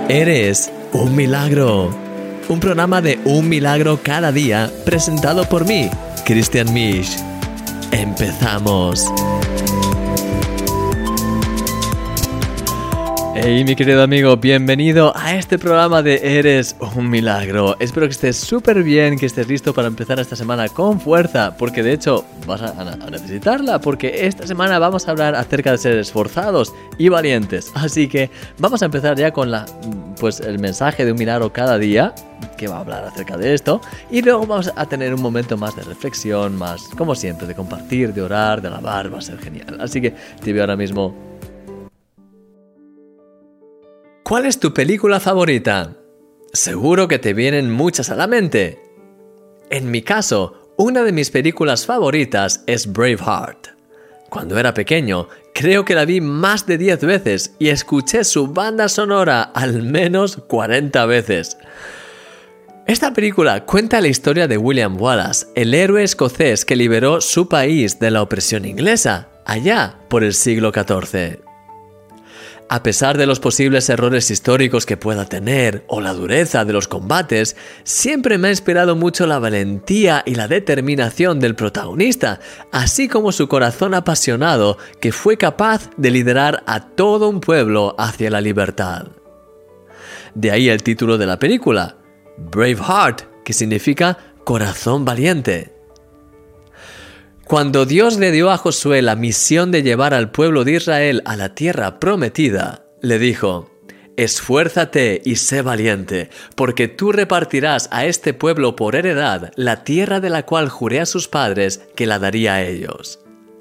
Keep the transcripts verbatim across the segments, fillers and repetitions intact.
Eres un milagro. Un programa de un milagro cada día presentado por mí, Christian Misch. ¡Empezamos! Hey, mi querido amigo, bienvenido a este programa de Eres un milagro. Espero que estés súper bien, que estés listo para empezar esta semana con fuerza, porque de hecho vas a, a necesitarla, porque esta semana vamos a hablar acerca de ser esforzados y valientes. Así que vamos a empezar ya con la, pues, el mensaje de un milagro cada día, que va a hablar acerca de esto, y luego vamos a tener un momento más de reflexión, más, como siempre, de compartir, de orar, de alabar, va a ser genial. Así que te veo ahora mismo. ¿Cuál es tu película favorita? Seguro que te vienen muchas a la mente. En mi caso, una de mis películas favoritas es Braveheart. Cuando era pequeño, creo que la vi más de diez veces y escuché su banda sonora al menos cuarenta veces. Esta película cuenta la historia de William Wallace, el héroe escocés que liberó su país de la opresión inglesa, allá por el siglo catorce. A pesar de los posibles errores históricos que pueda tener o la dureza de los combates, siempre me ha inspirado mucho la valentía y la determinación del protagonista, así como su corazón apasionado que fue capaz de liderar a todo un pueblo hacia la libertad. De ahí el título de la película, Braveheart, que significa corazón valiente. Cuando Dios le dio a Josué la misión de llevar al pueblo de Israel a la tierra prometida, le dijo: «Esfuérzate y sé valiente, porque tú repartirás a este pueblo por heredad la tierra de la cual juré a sus padres que la daría a ellos».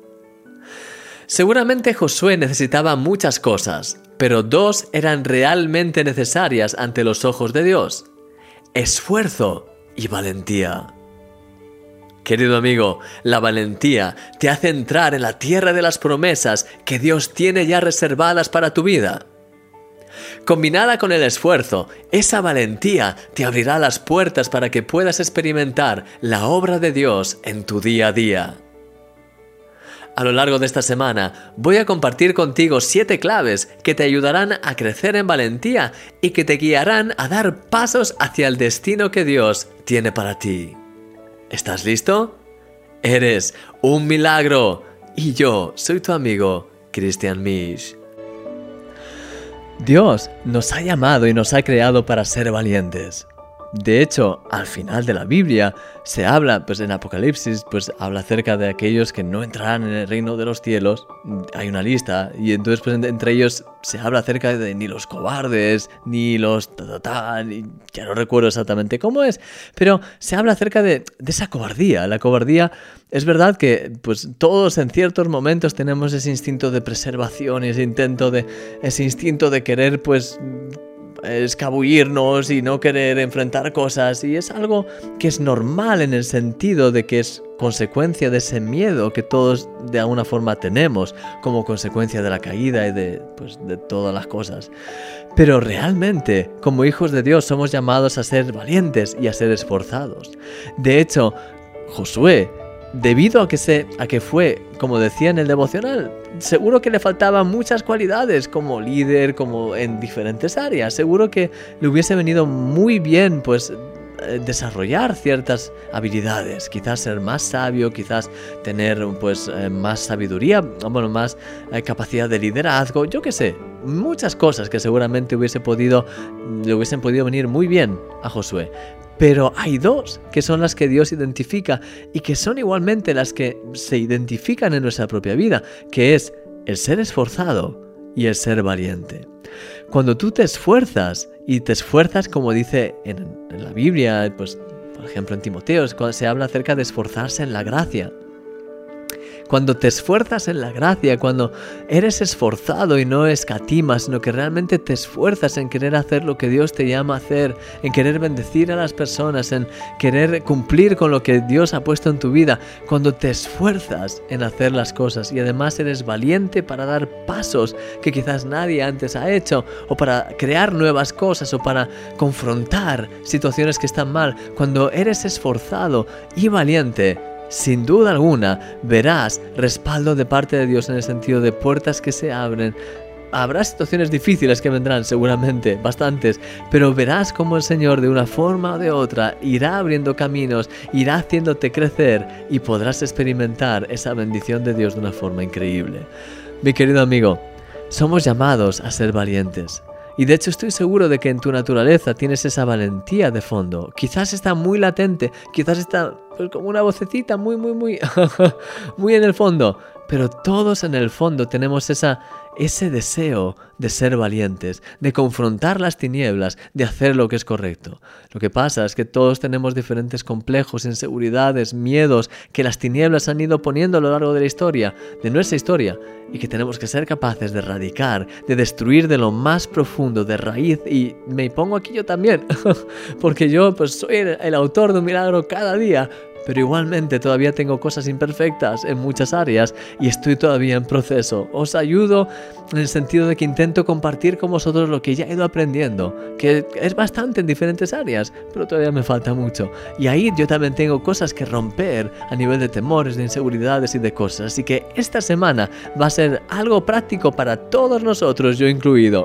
Seguramente Josué necesitaba muchas cosas, pero dos eran realmente necesarias ante los ojos de Dios: esfuerzo y valentía. Querido amigo, la valentía te hace entrar en la tierra de las promesas que Dios tiene ya reservadas para tu vida. Combinada con el esfuerzo, esa valentía te abrirá las puertas para que puedas experimentar la obra de Dios en tu día a día. A lo largo de esta semana voy a compartir contigo siete claves que te ayudarán a crecer en valentía y que te guiarán a dar pasos hacia el destino que Dios tiene para ti. ¿Estás listo? Eres un milagro y yo soy tu amigo Christian Misch. Dios nos ha llamado y nos ha creado para ser valientes. De hecho, al final de la Biblia se habla, pues en Apocalipsis, pues habla acerca de aquellos que no entrarán en el reino de los cielos. Hay una lista y entonces pues entre ellos se habla acerca de ni los cobardes, ni los ta, ta, ta, ni, ya no recuerdo exactamente cómo es, pero se habla acerca de, de esa cobardía. La cobardía, es verdad que pues todos en ciertos momentos tenemos ese instinto de preservación y ese intento de, ese instinto de querer pues escabullirnos y no querer enfrentar cosas, y es algo que es normal en el sentido de que es consecuencia de ese miedo que todos de alguna forma tenemos como consecuencia de la caída y de, pues, de todas las cosas. Pero realmente, como hijos de Dios, somos llamados a ser valientes y a ser esforzados. De hecho, Josué, debido a que, se, a que fue, como decía en el devocional, seguro que le faltaban muchas cualidades como líder, como en diferentes áreas. Seguro que le hubiese venido muy bien pues desarrollar ciertas habilidades, quizás ser más sabio, quizás tener pues más sabiduría, bueno, más eh, capacidad de liderazgo, yo qué sé, muchas cosas que seguramente hubiese podido, le hubiesen podido venir muy bien a Josué. Pero hay dos que son las que Dios identifica y que son igualmente las que se identifican en nuestra propia vida, que es el ser esforzado y el ser valiente. Cuando tú te esfuerzas, y te esfuerzas como dice en, en la Biblia, pues por ejemplo en Timoteo, cuando se habla acerca de esforzarse en la gracia. Cuando te esfuerzas en la gracia, cuando eres esforzado y no escatimas, sino que realmente te esfuerzas en querer hacer lo que Dios te llama a hacer, en querer bendecir a las personas, en querer cumplir con lo que Dios ha puesto en tu vida, cuando te esfuerzas en hacer las cosas y además eres valiente para dar pasos que quizás nadie antes ha hecho, o para crear nuevas cosas, o para confrontar situaciones que están mal, cuando eres esforzado y valiente, sin duda alguna verás respaldo de parte de Dios en el sentido de puertas que se abren, habrá situaciones difíciles que vendrán seguramente, bastantes, pero verás cómo el Señor de una forma o de otra irá abriendo caminos, irá haciéndote crecer y podrás experimentar esa bendición de Dios de una forma increíble. Mi querido amigo, somos llamados a ser valientes. Y de hecho estoy seguro de que en tu naturaleza tienes esa valentía de fondo. Quizás está muy latente, quizás está pues, como una vocecita muy, muy, muy, muy en el fondo. Pero todos en el fondo tenemos esa, ese deseo de ser valientes, de confrontar las tinieblas, de hacer lo que es correcto. Lo que pasa es que todos tenemos diferentes complejos, inseguridades, miedos que las tinieblas han ido poniendo a lo largo de la historia, de nuestra historia, y que tenemos que ser capaces de erradicar, de destruir de lo más profundo, de raíz. Y me pongo aquí yo también, porque yo pues soy el, el autor de un milagro cada día. Pero igualmente todavía tengo cosas imperfectas en muchas áreas y estoy todavía en proceso. Os ayudo en el sentido de que intento compartir con vosotros lo que ya he ido aprendiendo, que es bastante en diferentes áreas, pero todavía me falta mucho. Y ahí yo también tengo cosas que romper a nivel de temores, de inseguridades y de cosas. Así que esta semana va a ser algo práctico para todos nosotros, yo incluido.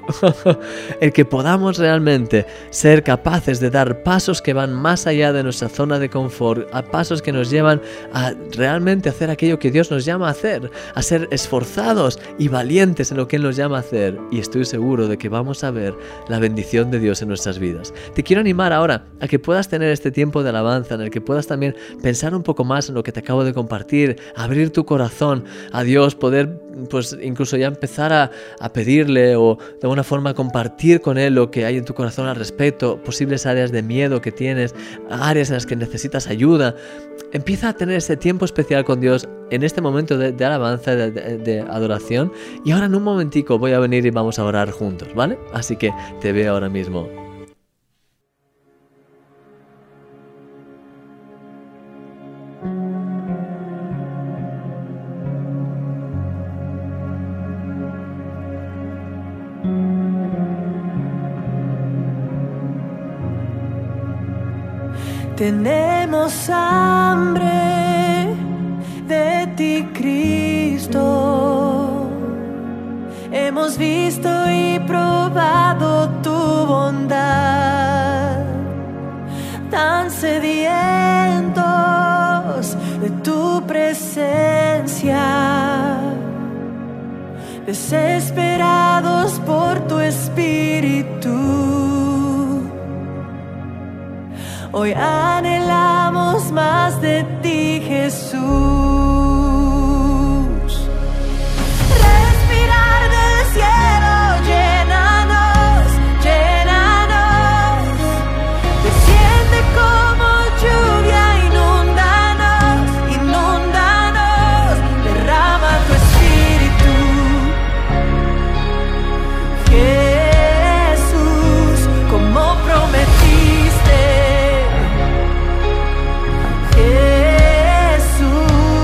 El que podamos realmente ser capaces de dar pasos que van más allá de nuestra zona de confort, a pasos que nos llevan a realmente hacer aquello que Dios nos llama a hacer, a ser esforzados y valientes en lo que Él nos llama a hacer, y estoy seguro de que vamos a ver la bendición de Dios en nuestras vidas. Te quiero animar ahora a que puedas tener este tiempo de alabanza en el que puedas también pensar un poco más en lo que te acabo de compartir, abrir tu corazón a Dios, poder pues incluso ya empezar a, a pedirle o de alguna forma compartir con Él lo que hay en tu corazón al respecto, posibles áreas de miedo que tienes, áreas en las que necesitas ayuda. Empieza a tener ese tiempo especial con Dios en este momento de, de alabanza, de, de, de adoración. Y ahora en un momentico voy a venir y vamos a orar juntos, ¿vale? Así que te veo ahora mismo. Tenemos hambre de ti, Cristo. Hemos visto y probado tu bondad. Tan sedientos de tu presencia, desesperados por tu espíritu. Hoy anhelamos más de ti, Jesús. Respirar del cielo, llénanos, llénanos. Desciende como lluvia, inúndanos, inúndanos. Derrama tu espíritu, Jesús, como prometiste. Jesús.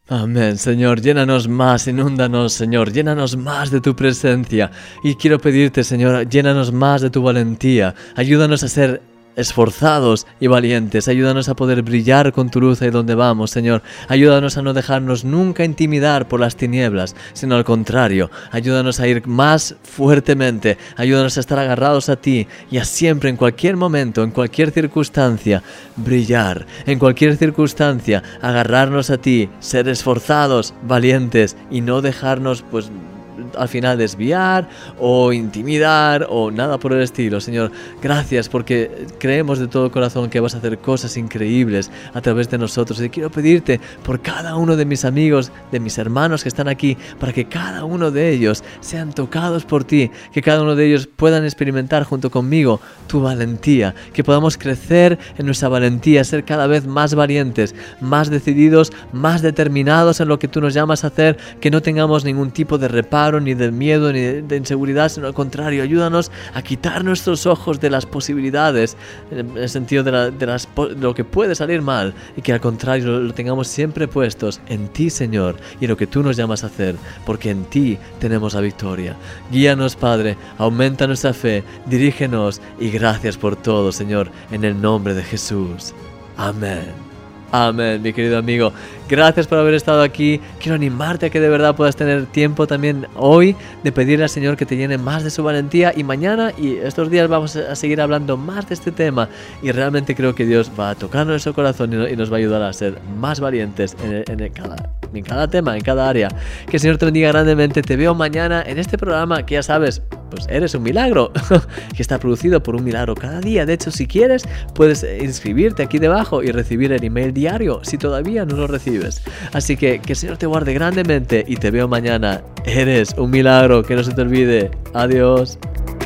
Amén, Señor, llénanos más, inúndanos, Señor, llénanos más de tu presencia. Y quiero pedirte, Señor, llénanos más de tu valentía. Ayúdanos a ser esforzados y valientes. Ayúdanos a poder brillar con tu luz ahí donde vamos, Señor. Ayúdanos a no dejarnos nunca intimidar por las tinieblas, sino al contrario. Ayúdanos a ir más fuertemente. Ayúdanos a estar agarrados a ti y a siempre, en cualquier momento, en cualquier circunstancia, brillar. En cualquier circunstancia, agarrarnos a ti, ser esforzados, valientes y no dejarnos, pues, al final desviar o intimidar o nada por el estilo. Señor, gracias porque creemos de todo corazón que vas a hacer cosas increíbles a través de nosotros, y quiero pedirte por cada uno de mis amigos, de mis hermanos que están aquí, para que cada uno de ellos sean tocados por ti, que cada uno de ellos puedan experimentar junto conmigo tu valentía, que podamos crecer en nuestra valentía, ser cada vez más valientes, más decididos, más determinados en lo que tú nos llamas a hacer, que no tengamos ningún tipo de reparo, ni de miedo, ni de, de inseguridad, sino al contrario. Ayúdanos a quitar nuestros ojos de las posibilidades, en el sentido de, la, de, las, de lo que puede salir mal, y que al contrario lo, lo tengamos siempre puestos en ti, Señor, y en lo que tú nos llamas a hacer, porque en ti tenemos la victoria. Guíanos, Padre, aumenta nuestra fe, dirígenos, y gracias por todo, Señor, en el nombre de Jesús. Amén. Amén, mi querido amigo. Gracias por haber estado aquí. Quiero animarte a que de verdad puedas tener tiempo también hoy de pedirle al Señor que te llene más de su valentía, y mañana y estos días vamos a seguir hablando más de este tema, y realmente creo que Dios va a tocar nuestro corazón y nos va a ayudar a ser más valientes en, en, en, cada, en cada tema, en cada área. Que el Señor te bendiga grandemente. Te veo mañana en este programa que ya sabes, pues eres un milagro, que está producido por un milagro cada día. De hecho, si quieres, puedes inscribirte aquí debajo y recibir el email diario si todavía no lo recibes. Así que que el Señor te guarde grandemente y te veo mañana. Eres un milagro, que no se te olvide. Adiós.